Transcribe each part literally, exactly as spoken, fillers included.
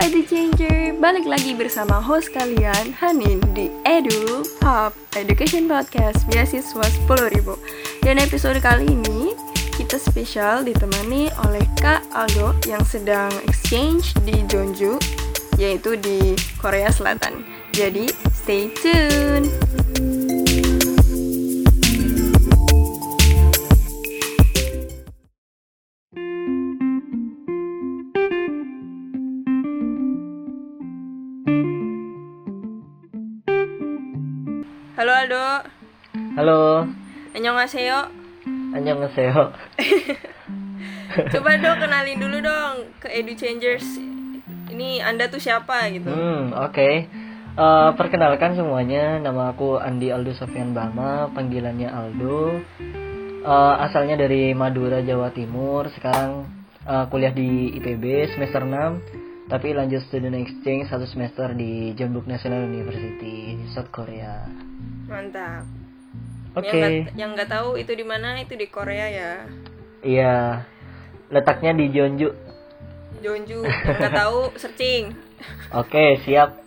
Edu Changer, balik lagi bersama host kalian Hanin di Edu Hub Education Podcast beasiswa sepuluh ribu. Dan episode kali ini kita spesial ditemani oleh Kak Aldo yang sedang exchange di Jeonju, yaitu di Korea Selatan. Jadi stay tune. Halo Aldo. Halo. Annyeonghaseyo. Annyeonghaseyo. Coba dong kenalin dulu dong ke Edu Changers. Ini Anda tuh siapa gitu? Hmm, oke. Okay. Uh, perkenalkan semuanya, nama aku Andi Aldo Sofyan Bama, panggilannya Aldo. Uh, asalnya dari Madura, Jawa Timur. Sekarang uh, kuliah di I P B semester enam, tapi lanjut student exchange satu semester di Jeonbuk National University, South Korea. Mantap. Oke. Okay. Yang nggak tahu itu di mana, itu di Korea ya. Iya. Letaknya di Jeonju. Jeonju. Nggak tahu searching. Oke, okay, siap.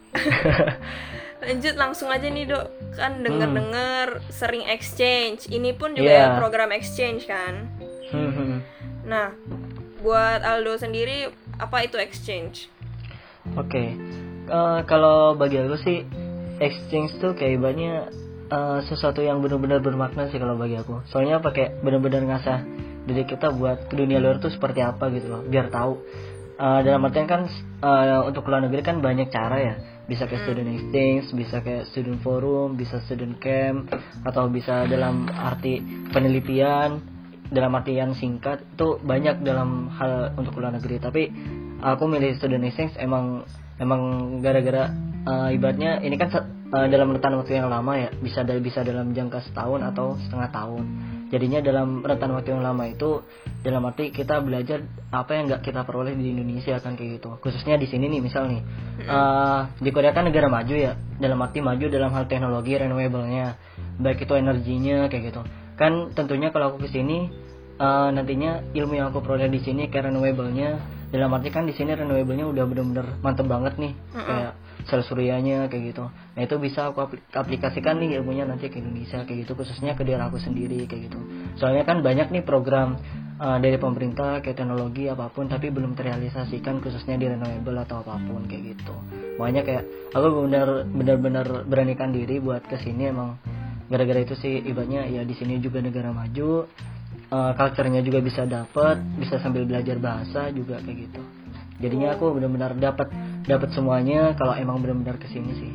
Lanjut langsung aja nih Dok. Kan denger-dengar hmm. sering exchange. Ini pun juga yeah. program exchange kan. Hmm. Nah, buat Aldo sendiri apa itu exchange? Oke. Okay. Uh, kalau bagi aku sih exchange tuh kayak ibaratnya Uh, sesuatu yang benar-benar bermakna sih kalau bagi aku. Soalnya apa, kayak benar-benar ngasah diri kita buat ke dunia luar tuh seperti apa gitu loh, biar tahu. Uh, dalam artian kan uh, untuk luar negeri kan banyak cara ya. Bisa kayak student exchange, bisa kayak student forum, bisa student camp, atau bisa dalam arti penelitian, dalam artian singkat. Itu banyak dalam hal untuk luar negeri. Tapi aku milih student exchange emang emang gara-gara uh, ibaratnya ini kan uh, dalam rentan waktu yang lama ya, bisa dari bisa dalam jangka setahun atau setengah tahun. Jadinya dalam rentan waktu yang lama itu dalam arti kita belajar apa yang nggak kita peroleh di Indonesia kan kayak gitu. Khususnya di sini nih, misal nih uh, di Korea kan negara maju ya, dalam arti maju dalam hal teknologi renewable-nya, baik itu energinya kayak gitu. Kan tentunya kalau aku kesini uh, nantinya ilmu yang aku peroleh di sini kayak renewable-nya, dalam arti kan di sini renewable-nya udah benar-benar mantep banget nih, uh-uh. kayak sel suryanya kayak gitu. Nah itu bisa aku aplikasikan nih ilmunya nanti ke Indonesia kayak gitu, khususnya ke daerah aku sendiri kayak gitu. Soalnya kan banyak nih program uh, dari pemerintah kayak teknologi apapun, tapi belum terrealisasikan khususnya di renewable atau apapun kayak gitu. Makanya kayak aku benar benar-benar beranikan diri buat kesini emang gara-gara itu sih. Ibaratnya ya di sini juga negara maju. Uh, culture-nya juga bisa dapat, bisa sambil belajar bahasa juga kayak gitu. Jadinya aku benar-benar dapat dapat semuanya kalau emang benar-benar kesini sih.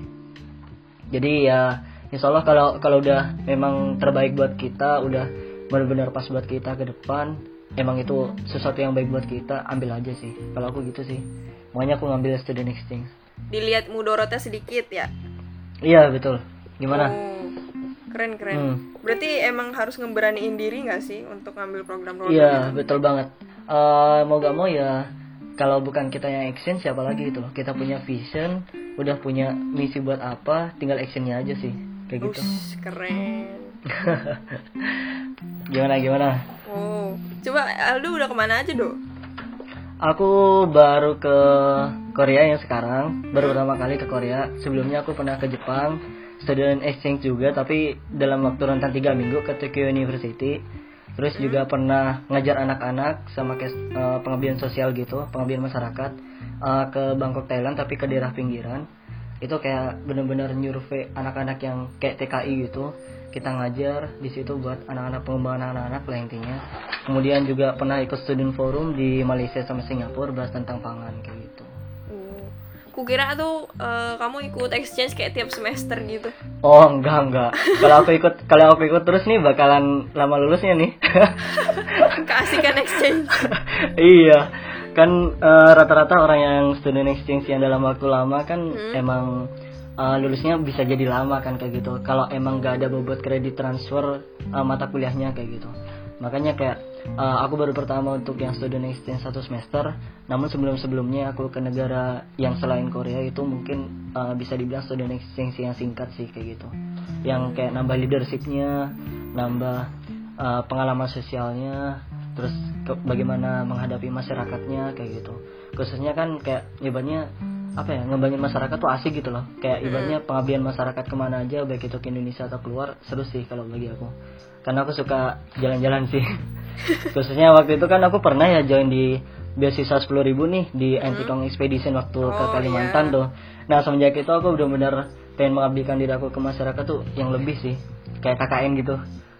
Jadi ya insyaallah kalau kalau udah memang terbaik buat kita, udah benar-benar pas buat kita ke depan, emang itu sesuatu yang baik buat kita, ambil aja sih. Kalau aku gitu sih. Makanya aku ngambil student exchange. Dilihat mudorotnya sedikit ya. Iya, betul. Gimana? Oh. Keren keren. Hmm. Berarti emang harus ngeberaniin diri nggak sih untuk ngambil program-program? Iya, betul banget. Uh, mau gak mau ya, kalau bukan kita yang action siapa lagi gitu loh. Kita punya vision, udah punya misi buat apa, tinggal actionnya aja sih, kayak gitu. Ush, keren. Gimana gimana? Oh, coba Aldo udah kemana aja Do? Aku baru ke Korea yang sekarang, baru pertama kali ke Korea. Sebelumnya aku pernah ke Jepang, student exchange juga, tapi dalam waktu rentan tiga minggu ke Tokyo University. Terus juga pernah ngajar anak-anak sama kayak uh, pengabdian sosial gitu, pengabdian masyarakat uh, ke Bangkok Thailand, tapi ke daerah pinggiran. Itu kayak benar-benar nyurvei anak-anak yang kayak T K I gitu. Kita ngajar di situ buat anak-anak, pengembangan anak-anak lah intinya. Kemudian juga pernah ikut student forum di Malaysia sama Singapura, bahas tentang pangan kayak gitu. Kukira tuh uh, kamu ikut exchange kayak tiap semester gitu. Oh enggak enggak. Kalau aku ikut kalau aku ikut terus nih bakalan lama lulusnya nih. Keasikan exchange. Iya. Kan uh, rata-rata orang yang student exchange yang dalam waktu lama kan hmm. emang uh, lulusnya bisa jadi lama kan kayak gitu. Kalau emang enggak ada bobot kredit transfer uh, mata kuliahnya kayak gitu. Makanya kayak uh, aku baru pertama untuk yang student exchange satu semester. Namun sebelum-sebelumnya aku ke negara yang selain Korea itu mungkin uh, bisa dibilang student exchange yang singkat sih kayak gitu. Yang kayak nambah leadershipnya, nambah uh, pengalaman sosialnya, terus ke, bagaimana menghadapi masyarakatnya kayak gitu. Khususnya kan kayak nyebutnya apa ya, ngembangin masyarakat tuh asik gitu loh. Kayak ibaratnya pengabdian masyarakat kemana aja, baik itu ke Indonesia atau keluar, seru sih kalau bagi aku. Karena aku suka jalan-jalan sih. Khususnya waktu itu kan aku pernah ya join di beasiswa sepuluh ribu nih di Antikong Expedition waktu Oh, ke Kalimantan iya. tuh. Nah semenjak itu aku benar-benar pengen mengabdikan diri aku ke masyarakat tuh yang lebih sih, kayak K K N gitu.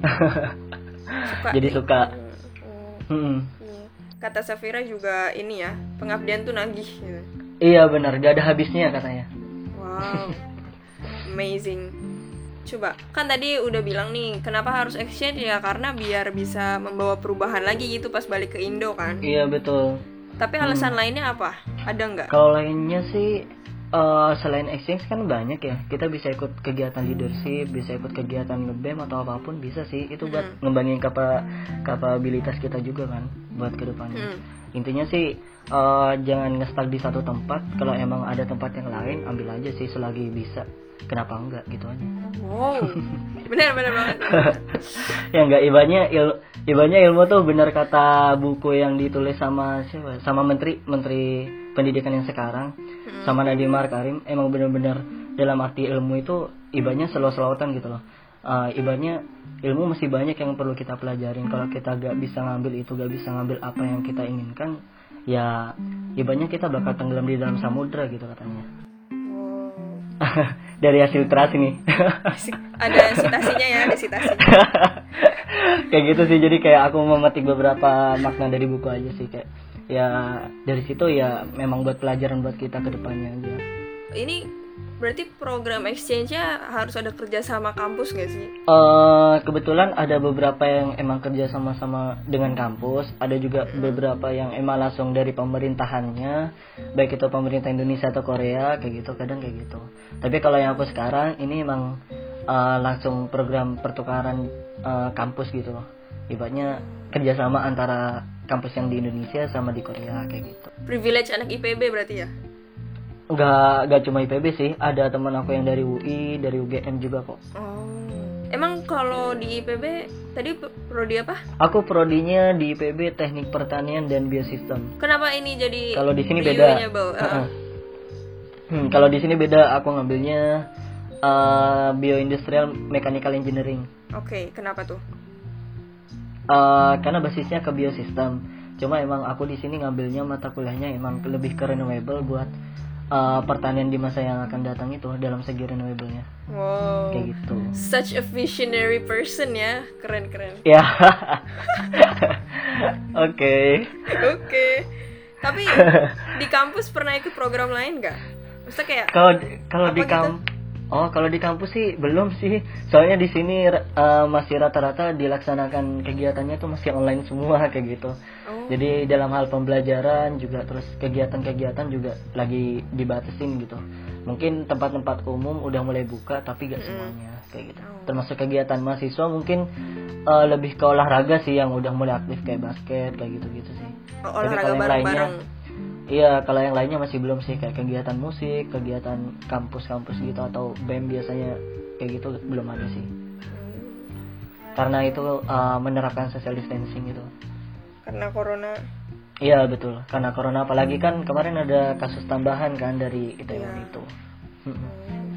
Suka Jadi nih. suka. Hmm, Mm-mm. iya. Kata Safira juga ini ya, pengabdian tuh nagih gitu. Iya benar, gak ada habisnya katanya. Wow, amazing. Coba, kan tadi udah bilang nih, kenapa harus exchange ya? Karena biar bisa membawa perubahan lagi gitu pas balik ke Indo kan. Iya betul. Tapi alasan lainnya apa? Ada nggak? Kalau lainnya sih eh, selain exchange kan banyak ya. Kita bisa ikut kegiatan leadership, bisa ikut kegiatan nge-B E M atau apapun bisa sih. Itu buat ngembangin kapa kapabilitas kita juga kan buat kedepannya. Hmm. Intinya sih eh, jangan ngestak di satu tempat. Kalau emang ada tempat yang lain, ambil aja sih selagi bisa. Kenapa enggak gitu aja. Wow, benar-benar banget. Ya enggak, ibanya il, ibanya ilmu tuh benar kata buku yang ditulis sama siapa? Sama menteri menteri pendidikan yang sekarang, sama Nadiem Makarim. Emang benar-benar dalam arti ilmu itu ibanya selo-selotan gitu loh. Uh, ibanya ilmu masih banyak yang perlu kita pelajarin. Kalau kita gak bisa ngambil itu, gak bisa ngambil apa yang kita inginkan, ya ibanya kita bakal tenggelam di dalam samudra gitu katanya. Wow. Dari hasil literasi nih. Ada citasinya ya, ada citasinya. Kayak gitu sih, jadi kayak aku memetik beberapa makna dari buku aja sih, kayak ya dari situ ya memang buat pelajaran buat kita ke depannya aja. Ini berarti program exchange-nya harus ada kerja sama kampus nggak sih? Uh, kebetulan ada beberapa yang emang kerja sama-sama dengan kampus, ada juga beberapa yang emang langsung dari pemerintahannya, baik itu pemerintah Indonesia atau Korea, kayak gitu, kadang kayak gitu. Tapi kalau yang aku sekarang ini emang uh, langsung program pertukaran uh, kampus gitu loh. Ibaratnya kerjasama antara kampus yang di Indonesia sama di Korea kayak gitu. Privilege anak I P B berarti ya? Gak, gak cuma I P B sih, ada teman aku yang dari U I, dari U G M juga kok. Oh. Emang kalau di I P B tadi prodi apa? Aku prodinya di I P B Teknik Pertanian dan Biosistem. Kenapa ini jadi Kalau di sini beda. Uh. Hmm, kalau di sini beda, aku ngambilnya uh, Bioindustrial Mechanical Engineering. Oke, okay, kenapa tuh? Uh, karena basisnya ke biosistem. Cuma emang aku di sini ngambilnya mata kuliahnya emang lebih ke renewable buat uh, pertanian di masa yang akan datang itu dalam segi renewable-nya. Wow. Kayak gitu. Such a visionary person ya, keren-keren. Ya. Oke. Oke. Tapi di kampus pernah ikut program lain nggak? Maksudnya kayak Kalau kalau di gitu? kampus Oh, kalau di kampus sih belum sih. Soalnya di sini uh, masih rata-rata dilaksanakan kegiatannya tuh masih online semua kayak gitu. Oh. Jadi dalam hal pembelajaran juga terus kegiatan-kegiatan juga lagi dibatasin gitu. Mungkin tempat-tempat umum udah mulai buka tapi gak semuanya kayak gitu. Oh. Termasuk kegiatan mahasiswa mungkin uh, lebih ke olahraga sih yang udah mulai aktif kayak basket kayak gitu-gitu sih. Oh, Tapi olahraga kalau yang bareng-bareng. lainnya iya, kalau yang lainnya masih belum sih, kayak kegiatan musik, kegiatan kampus-kampus gitu atau B E M biasanya kayak gitu belum ada sih. Karena itu uh, menerapkan social distancing gitu. Karena corona. Iya betul, karena corona apalagi kan kemarin ada kasus tambahan kan dari Itaewon Iya. itu. Hmm.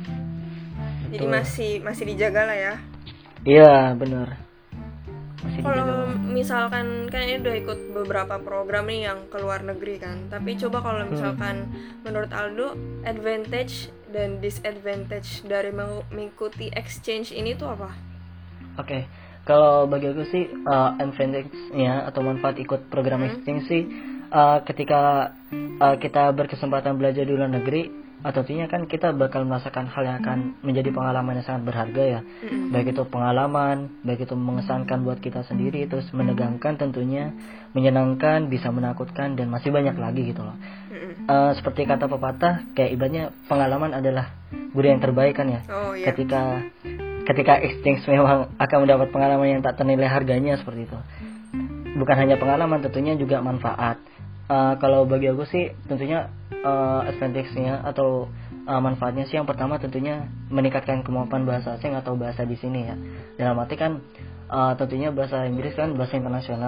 Jadi masih masih dijaga lah ya. Iya benar. Masih dijaga. Kalau misalkan kan ini udah ikut beberapa program nih yang ke luar negeri kan. Tapi coba kalau misalkan hmm. menurut Aldo advantage dan disadvantage dari mengikuti exchange ini tuh apa? Oke. Okay. Kalau bagi aku sih uh, advantage-nya atau manfaat ikut program hmm. exchange sih uh, ketika uh, kita berkesempatan belajar di luar negeri, atau tentunya kan kita bakal merasakan hal yang akan menjadi pengalaman yang sangat berharga ya. Hmm. Baik itu pengalaman, baik itu mengesankan buat kita sendiri, terus menegangkan tentunya, menyenangkan, bisa menakutkan dan masih banyak lagi gitu loh. Hmm. Uh, seperti kata pepatah, kayak ibaratnya pengalaman adalah guru yang terbaik kan ya. Oh, iya. Ketika ketika exchange memang akan mendapat pengalaman yang tak ternilai harganya seperti itu. Bukan hanya pengalaman, tentunya juga manfaat. Uh, kalau bagi aku sih tentunya uh, advantage-nya atau uh, manfaatnya sih yang pertama tentunya meningkatkan kemampuan bahasa asing atau bahasa di sini ya. Dalam arti kan uh, tentunya bahasa Inggris kan bahasa internasional.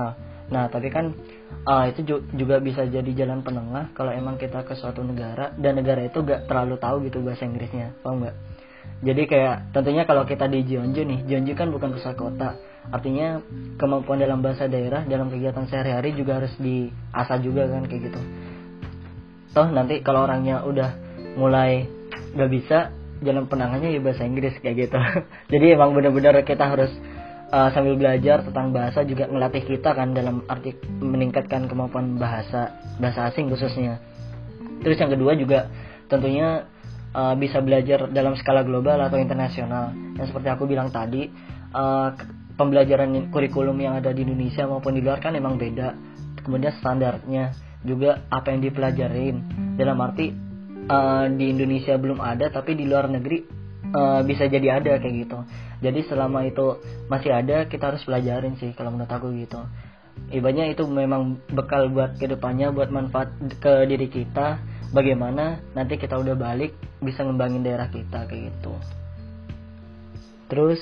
Nah tapi kan uh, itu ju- juga bisa jadi jalan penengah kalau emang kita ke suatu negara dan negara itu gak terlalu tahu gitu bahasa Inggrisnya, paham nggak? Jadi kayak tentunya kalau kita di Jeonju nih, Jeonju kan bukan pusat kota, artinya kemampuan dalam bahasa daerah dalam kegiatan sehari-hari juga harus diasah juga kan kayak gitu. Toh nanti kalau orangnya udah mulai gak bisa, jalan penangannya ya bahasa Inggris kayak gitu. Jadi emang benar-benar kita harus Uh, sambil belajar tentang bahasa juga ngelatih kita kan dalam arti meningkatkan kemampuan bahasa bahasa asing khususnya. Terus yang kedua juga tentunya uh, bisa belajar dalam skala global atau internasional. Yang seperti aku bilang tadi, uh, pembelajaran kurikulum yang ada di Indonesia maupun di luar kan emang beda. Kemudian standarnya juga apa yang dipelajarin dalam arti uh, di Indonesia belum ada tapi di luar negeri Uh, bisa jadi ada kayak gitu. Jadi selama itu masih ada, kita harus pelajarin sih kalau menurut aku gitu. Ibaratnya itu memang bekal buat kedepannya, buat manfaat ke diri kita. Bagaimana nanti kita udah balik bisa ngembangin daerah kita kayak gitu. Terus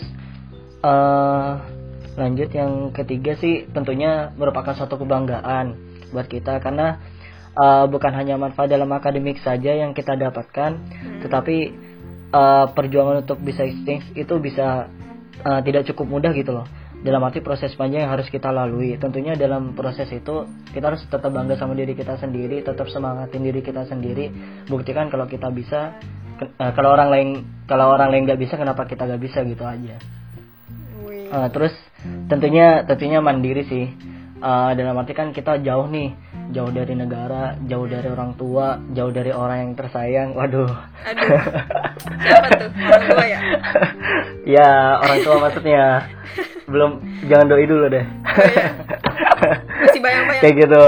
uh, lanjut yang ketiga sih tentunya merupakan suatu kebanggaan buat kita karena uh, bukan hanya manfaat dalam akademik saja yang kita dapatkan, tetapi Uh, perjuangan untuk bisa exchange itu bisa uh, tidak cukup mudah gitu loh. Dalam arti proses panjang yang harus kita lalui. Tentunya dalam proses itu kita harus tetap bangga sama diri kita sendiri, tetap semangatin diri kita sendiri. Buktikan kalau kita bisa. Uh, kalau orang lain kalau orang lain nggak bisa, kenapa kita nggak bisa gitu aja. Uh, terus tentunya tentunya mandiri sih. Uh, dalam arti kan kita jauh nih, jauh dari negara, jauh dari orang tua, jauh dari orang yang tersayang. Waduh. Aduh. Siapa tuh? Orang tua ya? Ya, orang tua maksudnya. Belum, jangan doi dulu deh. Oh, iya. Masih bayang-bayang. Kayak gitu.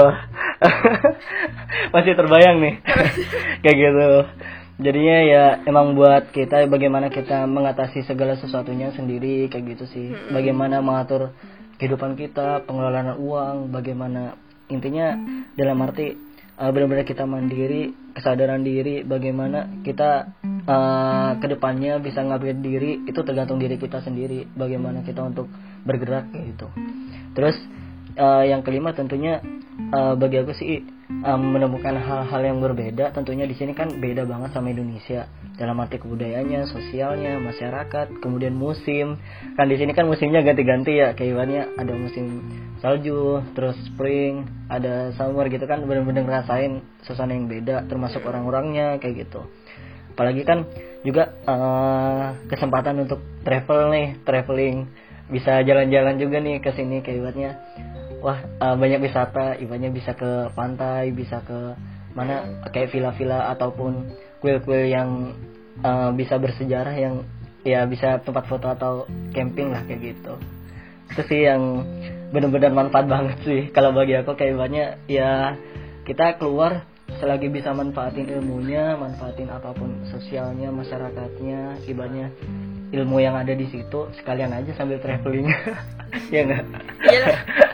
Masih terbayang nih. Kayak gitu. Jadinya ya emang buat kita bagaimana kita mengatasi segala sesuatunya sendiri kayak gitu sih. Bagaimana mengatur kehidupan kita, pengelolaan uang, bagaimana intinya dalam arti uh, benar-benar kita mandiri, kesadaran diri, bagaimana kita uh, kedepannya bisa ngupgrade diri itu tergantung diri kita sendiri, bagaimana kita untuk bergerak kayak gitu. Terus uh, yang kelima tentunya uh, bagi aku sih um, menemukan hal-hal yang berbeda. Tentunya di sini kan beda banget sama Indonesia dalam arti kebudayaannya, sosialnya, masyarakat, kemudian musim. Kan di sini kan musimnya ganti-ganti ya, kayak ibaratnya ada musim salju, terus spring, ada summer gitu kan, benar-benar ngerasain suasana yang beda, termasuk orang-orangnya kayak gitu. Apalagi kan juga uh, kesempatan untuk travel nih, traveling, bisa jalan-jalan juga nih ke sini kayak ibaratnya. Wah, uh, banyak wisata, ibaratnya bisa ke pantai, bisa ke mana kayak villa-villa ataupun kuil-kuil yang uh, bisa bersejarah yang ya bisa tempat foto atau camping lah kayak gitu. Itu sih yang benar-benar manfaat banget sih kalau bagi aku, kayak ibaratnya ya kita keluar selagi bisa manfaatin ilmunya, manfaatin apapun sosialnya, masyarakatnya, ibaratnya ilmu yang ada di situ sekalian aja sambil traveling. Ya enggak? Iya.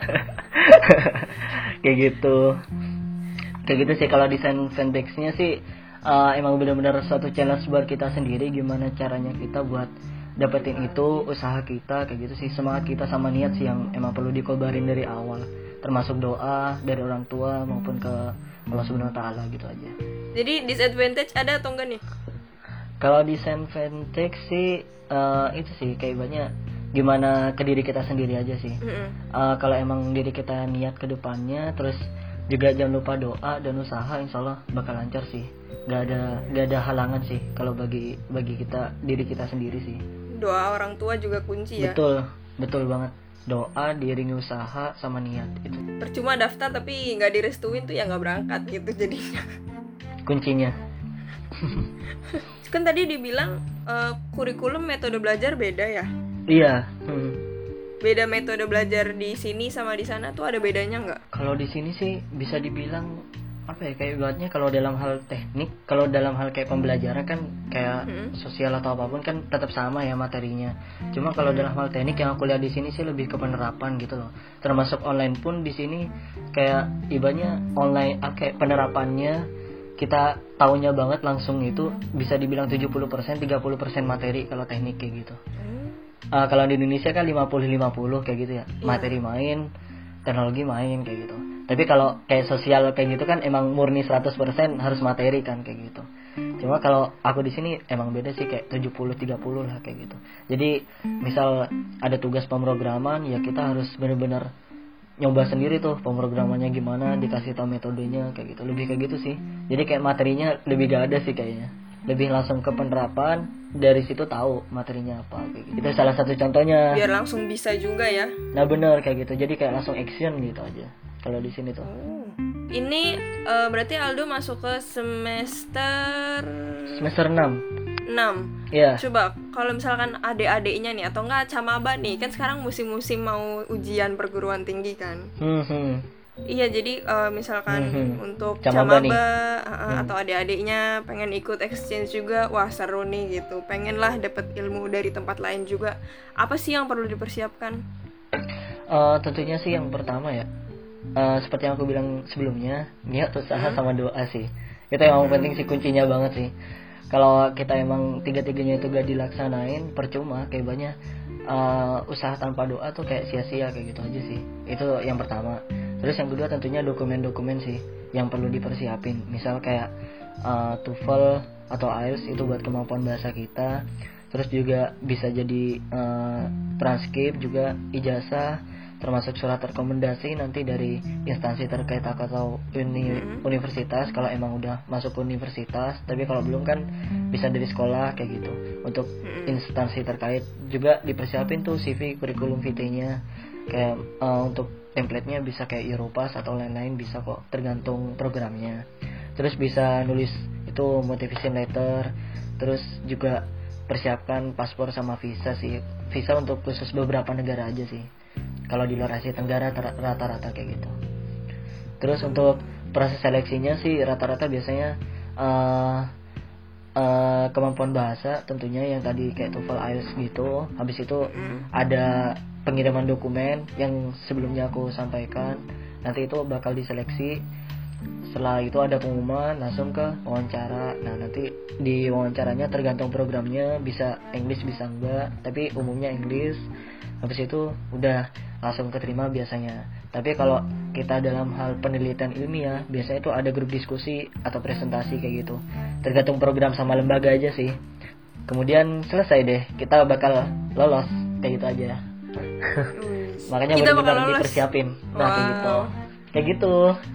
Kayak gitu. Kayak gitu sih kalau desain fanbase-nya sih uh, emang benar-benar suatu challenge buat kita sendiri, gimana caranya kita buat dapetin itu, usaha kita kayak gitu sih, semangat kita sama niat sih yang emang perlu dikobarin dari awal, termasuk doa dari orang tua maupun ke Allah Subhanahu wa taala gitu aja. Jadi disadvantage ada atau enggak nih? Kalau disadvantage sih uh, itu sih kayak banyak gimana ke diri kita sendiri aja sih. Mm-hmm. Uh, kalau emang diri kita niat ke depannya, terus juga jangan lupa doa dan usaha, insya Allah bakal lancar sih. Gak ada gak ada halangan sih kalau bagi bagi kita diri kita sendiri sih. Doa orang tua juga kunci ya. Betul, betul banget. Doa diiringi usaha sama niat itu. Percuma daftar tapi nggak direstuin tuh ya nggak berangkat gitu jadinya. Kuncinya. Kan tadi dibilang uh, kurikulum metode belajar beda ya. Iya. Hmm. Beda metode belajar di sini sama di sana tuh ada bedanya nggak? Kalau di sini sih bisa dibilang apa ya, kayak ibaratnya kalau dalam hal teknik, kalau dalam hal kayak pembelajaran kan kayak hmm. sosial atau apapun kan tetap sama ya materinya. Cuma kalau hmm. dalam hal teknik yang aku lihat di sini sih lebih ke penerapan gitu loh. Termasuk online pun di sini kayak ibaratnya online kayak penerapannya kita taunya banget langsung itu bisa dibilang tujuh puluh persen tiga puluh persen materi kalau teknik kayak gitu. Hmm. Uh, kalau di Indonesia kan lima puluh lima puluh kayak gitu ya. Yeah. Materi main, teknologi main kayak gitu. Tapi kalau kayak sosial kayak gitu kan emang murni seratus persen harus materi kan kayak gitu. Cuma kalau aku di sini emang beda sih, kayak tujuh puluh tiga puluh lah kayak gitu. Jadi misal ada tugas pemrograman ya kita harus benar-benar nyoba sendiri tuh pemrogramannya gimana, dikasih tahu metodenya kayak gitu. Lebih kayak gitu sih. Jadi kayak materinya lebih gak ada sih kayaknya. Lebih langsung ke penerapan, dari situ tahu materinya apa kayak gitu. Itu salah satu contohnya. Biar langsung bisa juga ya. Nah bener kayak gitu. Jadi kayak langsung action gitu aja kalau di sini tuh. Oh. Ini uh, berarti Aldo masuk ke semester Semester enam. enam. Iya. Coba kalau misalkan adik-adiknya nih atau enggak camaba nih, kan sekarang musim-musim mau ujian perguruan tinggi kan. Hmm, hmm. Iya, jadi uh, misalkan Hmm, hmm. untuk Camaba camaba nih. uh, Hmm. atau adik-adiknya pengen ikut exchange juga, wah seru nih gitu. Pengen lah dapet ilmu dari tempat lain juga. Apa sih yang perlu dipersiapkan? Uh, tentunya sih yang pertama ya, uh, seperti yang aku bilang sebelumnya, niat, usaha, Hmm. sama doa sih. Itu yang penting sih, kuncinya banget sih. Kalau kita emang tiga-tiganya itu gak dilaksanain, percuma. Kayak banyak uh, usaha tanpa doa tuh kayak sia-sia kayak gitu aja sih. Itu yang pertama. Terus yang kedua tentunya dokumen-dokumen sih yang perlu dipersiapin. Misal kayak uh, TOEFL atau I E L T S itu buat kemampuan bahasa kita. Terus juga bisa jadi uh, transkrip juga, ijazah, termasuk surat rekomendasi nanti dari instansi terkait atau uni, Mm-hmm. universitas kalau emang udah masuk ke universitas. Tapi kalau belum kan bisa dari sekolah kayak gitu. Untuk Mm-hmm. instansi terkait juga dipersiapin tuh C V, kurikulum vitae-nya. Kayak uh, untuk template-nya bisa kayak Europass atau lain-lain, bisa kok, tergantung programnya. Terus bisa nulis itu motivation letter. Terus juga persiapkan paspor sama visa sih. Visa untuk khusus beberapa negara aja sih. Kalau di luar Asia Tenggara ter- rata-rata kayak gitu. Terus untuk proses seleksinya sih rata-rata biasanya uh, uh, kemampuan bahasa tentunya yang tadi kayak TOEFL, I E L T S gitu. Habis itu ada pengiriman dokumen yang sebelumnya aku sampaikan. Nanti itu bakal diseleksi. Setelah itu ada pengumuman, langsung ke wawancara. Nah nanti di wawancaranya tergantung programnya, bisa English bisa enggak, tapi umumnya English. Habis itu udah langsung keterima biasanya. Tapi kalau kita dalam hal penelitian ilmiah, biasanya itu ada grup diskusi atau presentasi kayak gitu. Tergantung program sama lembaga aja sih. Kemudian selesai deh, kita bakal lolos kayak gitu aja. Makanya Kita bakal benar-benar lolos. dipersiapin. Nah kayak Wow. gitu. Kayak gitu.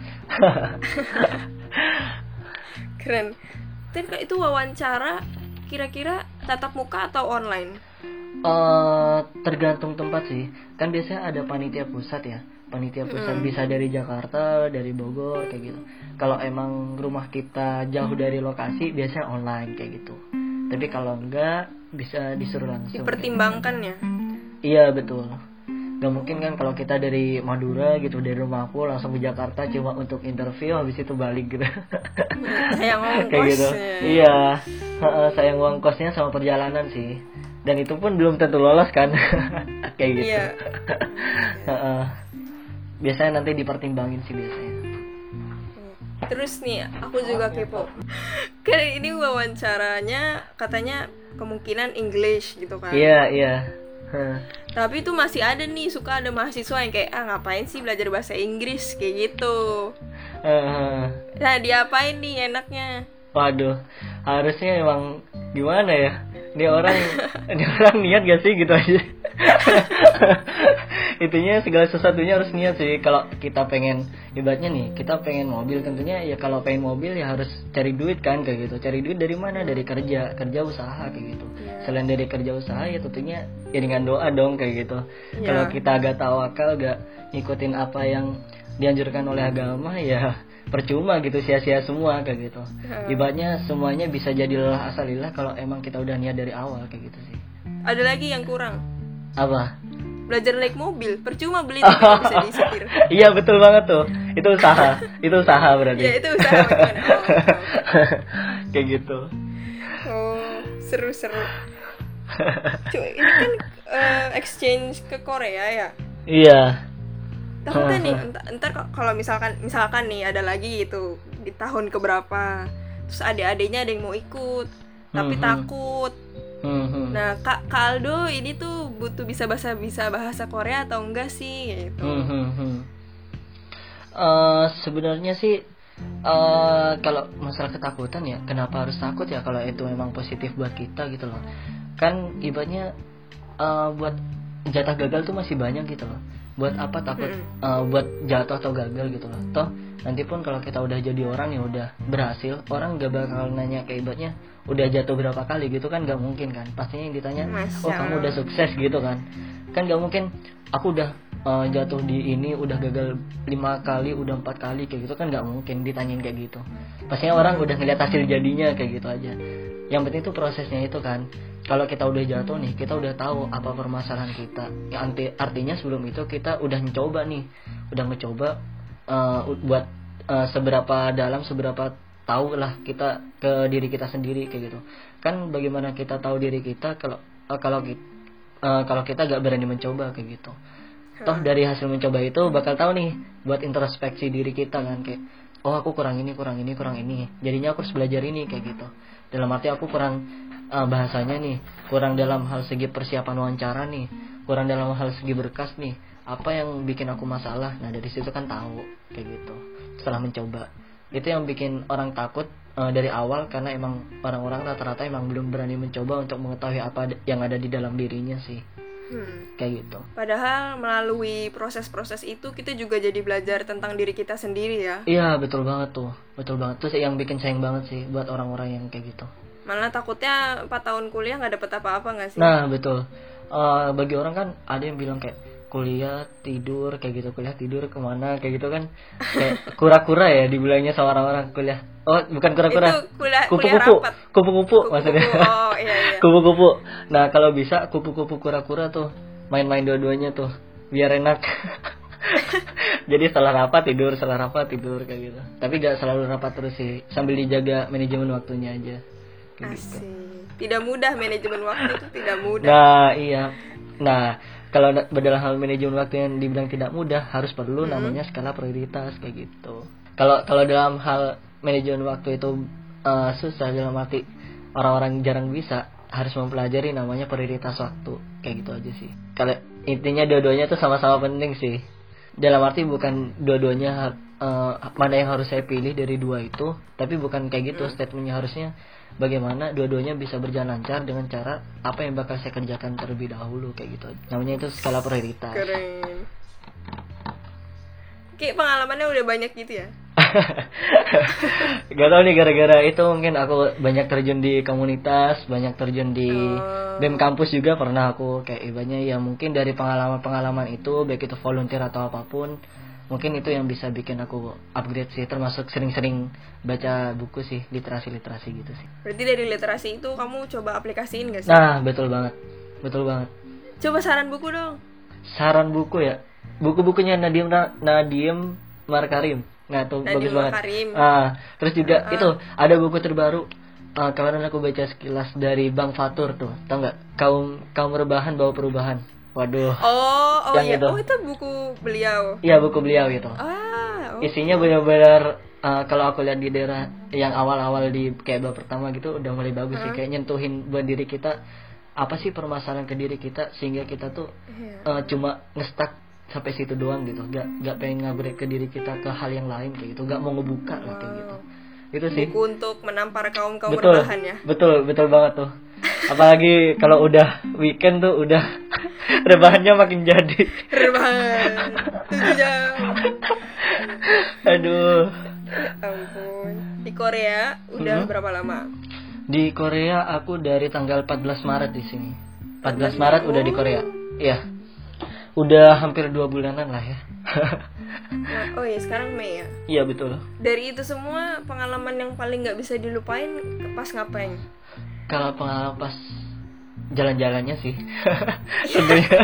Keren. Dan Kak, itu wawancara kira-kira tatap muka atau online? Uh, tergantung tempat sih. Kan biasanya ada panitia pusat ya. Panitia pusat Hmm. bisa dari Jakarta, dari Bogor kayak gitu. Kalau emang rumah kita jauh dari lokasi, biasanya online kayak gitu. Tapi kalau enggak, bisa disuruh langsung. Dipertimbangkan ya. Iya betul. Gak mungkin kan kalau kita dari Madura gitu, dari rumahku langsung ke Jakarta cuma untuk interview, habis itu balik gitu. Sayang ongkos. Kayak gitu. Ya. Iya. Heeh, sayang uang kosnya sama perjalanan sih. Dan itu pun belum tentu lolos kan. Kayak gitu. Iya. Heeh. Biasanya nanti dipertimbangin sih biasanya. Terus nih, aku juga kepo. Kan ini wawancaranya katanya kemungkinan English gitu kan. Iya, iya. Heeh. Tapi itu masih ada nih, suka ada mahasiswa yang kayak, ah ngapain sih belajar bahasa Inggris kayak gitu. Heeh. Nah, diapain nih enaknya? Waduh, harusnya emang gimana ya? Ini orang, ini orang niat gak sih gitu aja. Intinya segala sesuatunya harus niat sih. Kalau kita pengen, ibaratnya nih, kita pengen mobil, tentunya ya kalau pengen mobil ya harus cari duit kan kayak gitu. Cari duit dari mana? Dari kerja, kerja usaha kayak gitu. Selain dari kerja usaha ya tentunya ya dengan doa dong kayak gitu. Ya. Kalau kita agak tawakal, gak ngikutin apa yang dianjurkan oleh agama ya percuma gitu, sia-sia semua kayak gitu. Ibaratnya semuanya bisa jadi lelah asalillah kalau emang kita udah niat dari awal kayak gitu sih. Ada lagi yang kurang. Apa? Belajar naik mobil, percuma beli tapi nggak bisa disetir. Iya betul banget tuh. Itu usaha. Itu usaha berarti. Ya itu usaha gimana? Oh, Kayak gitu. oh, seru-seru. Cuy, ini kan eh, exchange ke Korea ya. Iya. Takutnya nih, entar, entar k- kalau misalkan misalkan nih ada lagi gitu di tahun keberapa, terus adik-adiknya ada yang mau ikut, tapi Hmm, hmm. takut. Hmm, hmm. Nah, Kak Kaldo ini tuh butuh bisa bahasa bisa bahasa Korea atau enggak sih gitu. Hmm, hmm, hmm. Uh, sebenarnya sih uh, kalau masalah ketakutan ya, kenapa harus takut ya kalau itu memang positif buat kita gitu loh. Kan ibaratnya uh, buat jatah gagal tuh masih banyak gitu loh. Buat apa takut uh, buat jatuh atau gagal gitu loh. Toh nanti pun kalau kita udah jadi orang yang udah berhasil, orang gak bakal nanya kayak ibaratnya udah jatuh berapa kali gitu kan, gak mungkin kan. Pastinya yang ditanya, oh kamu udah sukses gitu kan. Kan gak mungkin aku udah Uh, jatuh di ini udah gagal lima kali, udah empat kali kayak gitu kan nggak mungkin ditanyain kayak gitu. Pastinya orang udah ngeliat hasil jadinya kayak gitu aja. Yang penting itu prosesnya itu kan. Kalau kita udah jatuh nih, kita udah tahu apa permasalahan kita. Ya, arti, artinya sebelum itu kita udah mencoba nih, udah mencoba uh, buat uh, seberapa dalam, seberapa tahu lah kita ke diri kita sendiri kayak gitu. Kan bagaimana kita tahu diri kita kalau uh, kalau kita uh, kalau kita gak berani mencoba kayak gitu. Toh dari hasil mencoba itu bakal tahu nih buat introspeksi diri kita kan, kayak oh aku kurang ini kurang ini kurang ini, jadinya aku harus belajar ini kayak gitu. Dalam arti aku kurang uh, bahasanya nih, kurang dalam hal segi persiapan wawancara nih, kurang dalam hal segi berkas nih, apa yang bikin aku masalah. Nah dari situ kan tahu kayak gitu setelah mencoba. Itu yang bikin orang takut uh, dari awal, karena emang orang-orang rata-rata emang belum berani mencoba untuk mengetahui apa yang ada di dalam dirinya sih. Hmm. Kayak gitu. Padahal melalui proses-proses itu kita juga jadi belajar tentang diri kita sendiri ya. Iya betul banget tuh, betul banget. Terus yang bikin sayang banget sih buat orang-orang yang kayak gitu. Malah takutnya empat tahun kuliah nggak dapet apa-apa nggak sih? Nah betul. Uh, bagi orang kan ada yang bilang kayak kuliah tidur kayak gitu, kuliah tidur kemana kayak gitu kan, kayak kura-kura ya dibilangnya sama orang-orang kuliah. Oh bukan kura-kura, itu kuliah, kupu-kupu, kuliah kupu-kupu maksudnya. Oh iya iya. Kupu-kupu. Nah kalau bisa kupu-kupu kura-kura tuh main-main dua-duanya tuh biar enak. Jadi setelah rapat tidur, setelah rapat tidur kayak gitu. Tapi gak selalu rapat terus sih, sambil dijaga manajemen waktunya aja. Kayak Asik. Gitu. Tidak mudah manajemen waktu itu, tidak mudah. Nah iya. Nah kalau dalam hal manajemen waktu yang dibilang tidak mudah, harus perlu hmm. namanya skala prioritas kayak gitu. Kalau kalau dalam hal manajemen waktu itu uh, susah, dalam arti orang-orang jarang bisa, harus mempelajari namanya prioritas waktu kayak gitu aja sih. Kalau intinya dua-duanya tuh sama-sama penting sih. Dalam arti bukan dua-duanya uh, mana yang harus saya pilih dari dua itu, tapi bukan kayak gitu. hmm. Statementnya harusnya bagaimana dua-duanya bisa berjalan lancar dengan cara apa yang bakal saya kerjakan terlebih dahulu kayak gitu. Namanya itu skala prioritas. Keren. Kayak pengalamannya udah banyak gitu ya. Gak tau nih, gara-gara itu mungkin aku banyak terjun di komunitas, banyak terjun di oh. B E M kampus juga pernah aku kayak ibaratnya ya, mungkin dari pengalaman-pengalaman itu baik itu volunteer atau apapun, mungkin itu yang bisa bikin aku upgrade sih, termasuk sering-sering baca buku sih, literasi-literasi gitu sih. Berarti dari literasi itu kamu coba aplikasiin gak sih? Nah betul banget, betul banget. Coba saran buku dong. Saran buku ya, buku-bukunya Nadiem Nadiem Makarim. Nah tuh Nadiem bagus banget. Ah, terus juga uh-uh. itu ada buku terbaru. Uh, kemarin aku baca sekilas dari Bang Fatur tuh, tau nggak? Kaum kaum rebahan bawa perubahan. Waduh. Oh, oh iya. Itu. Oh itu buku beliau. Iya buku beliau gitu. Ah. Okay. Isinya benar-benar uh, kalau aku lihat di daerah yang awal-awal di kayak bab pertama gitu udah mulai bagus uh-huh. sih, kayak nyentuhin buat diri kita apa sih permasalahan ke diri kita sehingga kita tuh yeah. uh, cuma ngestak sampai situ doang gitu, gak gak pengen ngabrik ke diri kita ke hal yang lain kayak gitu, gak mau ngebuka lah kayak gitu. Itu sih buku untuk menampar kaum kaum betul, rebahan ya. Betul betul banget tuh. Apalagi kalau udah weekend tuh udah rebahannya makin jadi. Rebahan tujuh jam. Aduh. Ya ampun. Di Korea udah hmm. berapa lama? Di Korea aku dari tanggal empat belas Maret di sini. empat belas Maret udah di Korea. Iya. Udah hampir dua bulanan lah ya. Nah, oh iya sekarang Mei ya? Iya betul. Dari itu semua pengalaman yang paling gak bisa dilupain pas ngapain? Kalau pengalaman pas jalan-jalannya sih tentunya.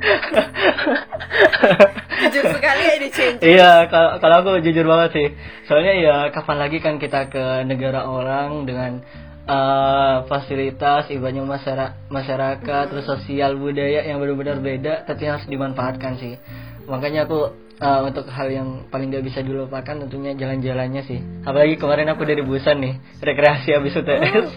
Jujur sekali ya di change. Iya kalau kalau aku jujur banget sih. Soalnya ya kapan lagi kan kita ke negara orang dengan Uh, fasilitas, ibaratnya masyarakat, masyarakat hmm. terus sosial budaya yang benar-benar beda, tapi harus dimanfaatkan sih. Makanya aku uh, untuk hal yang paling gak bisa dilupakan tentunya jalan-jalannya sih. Apalagi kemarin aku dari Busan nih, rekreasi habis U T S. Oh.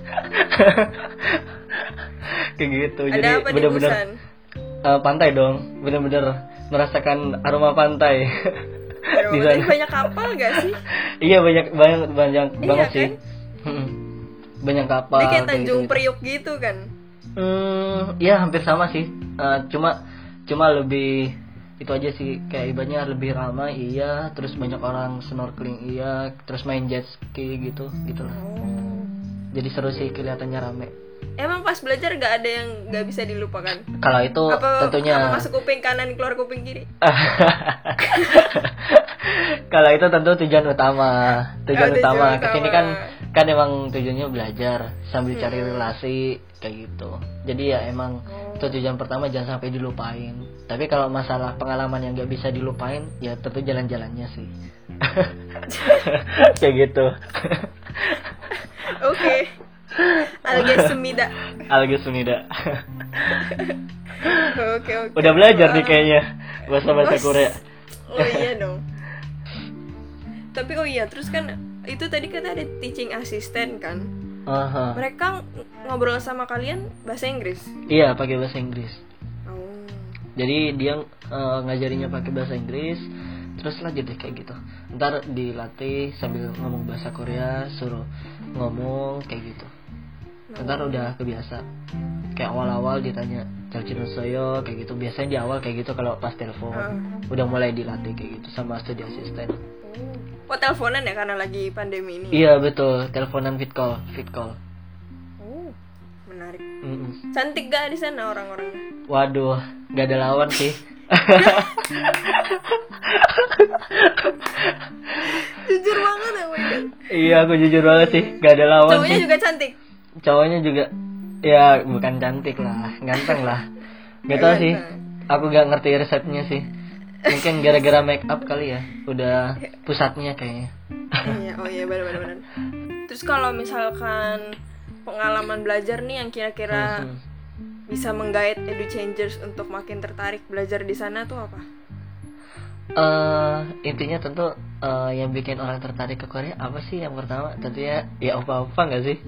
Kayak gitu. Ada jadi benar-benar uh, uh, pantai dong, benar-benar merasakan aroma pantai. Di Tapi sana. banyak kapal gak sih? Iya banyak banyak banyak Iya, banget kan? sih. Mm-mm. Banyak kapal. Dia kayak kayak Tanjung gitu-gitu. Priok gitu kan. Hmm, ya hampir sama sih. Eh, cuma cuma lebih itu aja sih, kayak ibaratnya lebih ramai iya, terus banyak orang snorkeling iya, terus main jet ski gitu gitu lah. Oh. Jadi seru sih, kelihatannya rame. Emang pas belajar gak ada yang gak bisa dilupakan? Kalau itu Apa, tentunya apa masuk kuping kanan keluar kuping kiri? kalau itu tentu tujuan utama. Tujuan Oh, tujuan utama utama. kesini kan kan emang tujuannya belajar sambil cari Hmm. relasi kayak gitu. Jadi ya emang Oh. itu tujuan pertama, jangan sampai dilupain. Tapi kalau masalah pengalaman yang gak bisa dilupain, ya tentu jalan-jalannya sih. Kayak gitu. Oke. Alga semida. Alga Sunida. Oke oke. Udah belajar nih Wah. kayaknya bahasa-bahasa Oh, Korea. Oh iya dong. Tapi oh iya, terus kan itu tadi kata ada teaching assistant kan. Aha. Mereka ng- ngobrol sama kalian bahasa Inggris. Iya, pakai bahasa Inggris. Oh. Jadi dia eh, ngajarinya pakai bahasa Inggris, terus lanjut deh kayak gitu. Ntar dilatih sambil ngomong bahasa Korea, suruh ngomong kayak gitu. Ntar udah kebiasa. Kayak awal-awal ditanya Jalcino Soyo kayak gitu. Biasanya di awal kayak gitu kalau pas telepon. Ah. Udah mulai dilatih kayak gitu sama studi asisten. Oh, teleponan ya karena lagi pandemi ini. Iya betul, teleponan fit call, fit call. Oh, menarik. Mm-mm. Cantik gak di sana orang-orangnya? Waduh, gak ada lawan sih. Jujur banget ya, oh my God. Iya, aku jujur banget sih, gak ada lawan Cowoknya sih. juga cantik. Cowoknya juga, ya bukan cantik lah, ganteng lah. Gak tau sih, aku gak ngerti resepnya sih. Mungkin gara-gara make up kali ya, udah pusatnya kayaknya. Iya, oh iya benar-benar. Terus kalau misalkan pengalaman belajar nih yang kira-kira Hmm. bisa menggait edu changers untuk makin tertarik belajar di sana tuh apa? Eh, intinya tentu eh, yang bikin orang tertarik ke Korea apa sih? Yang pertama tentunya ya opa-opa nggak sih?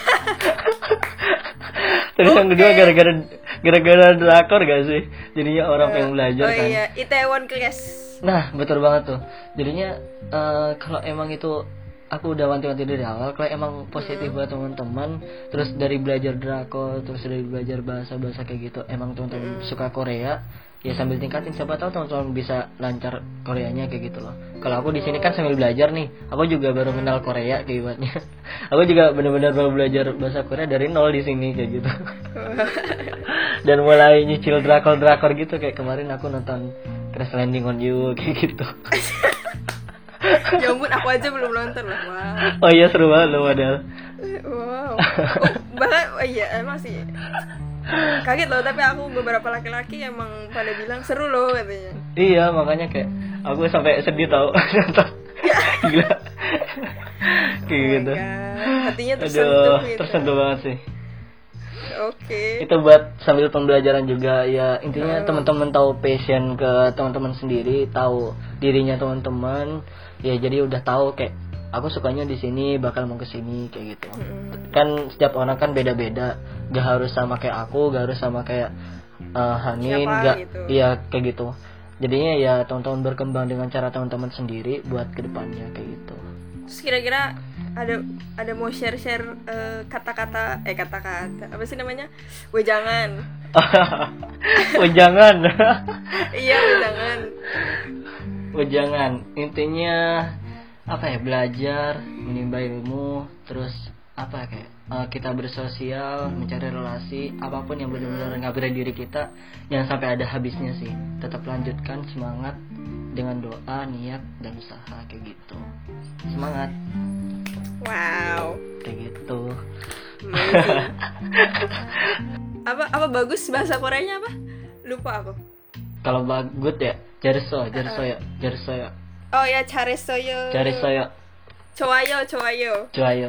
Terus yang kedua Oke. gara-gara gara-gara drakor gak sih? Jadinya orang pengen belajar Oh kan. iya, Itaewon Class. Nah betul banget tuh. Jadinya eh, kalau emang itu aku udah wanti-wanti dari awal, kalau emang positif buat teman-teman, terus dari belajar drakor, terus dari belajar bahasa-bahasa kayak gitu, emang teman-teman suka Korea, ya sambil tingkatin, siapa tahu teman-teman bisa lancar Koreanya kayak gitu loh. Kalau aku di sini kan sambil belajar nih, aku juga baru kenal Korea kayak ibaratnya. Aku juga benar-benar baru belajar bahasa Korea dari nol di sini kayak gitu. Dan mulai nyicil drakor-drakor gitu, kayak kemarin aku nonton Crash Landing on You kayak gitu. Ya ampun, aku aja belum nonton loh. Wow. Oh iya seru banget loh padahal. Wow. Oh, bahkan oh iya emang sih. Kaget loh, tapi aku beberapa laki-laki emang pada bilang seru loh katanya. Iya makanya kayak aku sampai sedih tau nonton. Gila. Kayak Oh my gitu. God. Hatinya tersentuh Aduh, gitu. tersentuh banget sih. Oke. Itu buat sambil pembelajaran juga ya, intinya Oh. teman-teman tahu passion ke teman-teman sendiri, tahu dirinya teman-teman. Ya jadi udah tahu kayak aku sukanya di sini, bakal mau ke sini kayak gitu. Mm. Kan setiap orang kan beda-beda, gak harus sama kayak aku, gak harus sama kayak uh, Hanin, Siapa gak gitu. iya kayak gitu. Jadinya ya teman-teman berkembang dengan cara teman-teman sendiri buat kedepannya kayak gitu. Terus kira-kira ada ada mau share-share eh, kata-kata eh kata-kata apa sih namanya? Wejangan. Oh jangan. Iya, wejangan. Oh jangan, intinya apa ya, belajar, menimba ilmu, terus apa ya, kayak uh, kita bersosial, mencari relasi, apapun yang benar-benar ngabarin diri kita, jangan sampai ada habisnya sih. Tetap lanjutkan, semangat dengan doa, niat dan usaha kayak gitu. Semangat Wow. kayak gitu. Amazing. apa apa bagus bahasa Koreanya apa? Lupa aku. Kalau bagus ya, jarso, jarso ya, jarso ya, Oh ya, 잘했어요. jarso ya, 좋아요, 좋아요. 좋아요.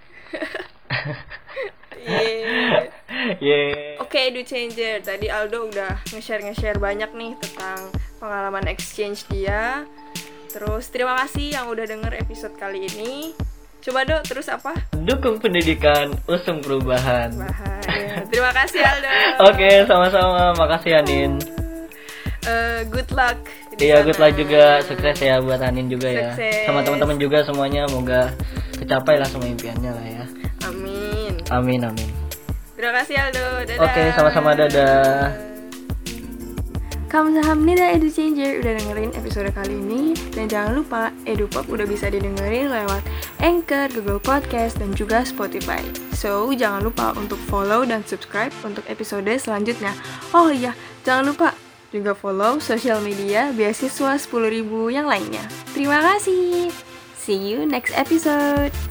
Yeah. Yeah. Oke, Edu Changer. Tadi Aldo udah nge-share nge-share banyak nih tentang pengalaman exchange dia. Terus terima kasih yang udah denger episode kali ini. Coba Do, terus apa? Dukung pendidikan, usung perubahan. Bahaya. Terima kasih Aldo. Oke, sama-sama. Makasih Anin. Eh, good luck Iya, good luck juga, sukses ya buat Hanin juga ya. Sukses. Sama teman-teman juga semuanya, semoga kecapai lah semua impiannya lah ya. Amin. Amin amin. Terima kasih Aldo. Dadah. Oke, sama-sama, dadah. Kamsahamnida Edu Changer udah dengerin episode kali ini. Dan jangan lupa EduPop udah bisa didengerin lewat Anchor, Google Podcast, dan juga Spotify. So, jangan lupa untuk follow dan subscribe untuk episode selanjutnya. Oh iya, jangan lupa juga follow sosial media Beasiswa sepuluh ribu yang lainnya. Terima kasih. See you next episode.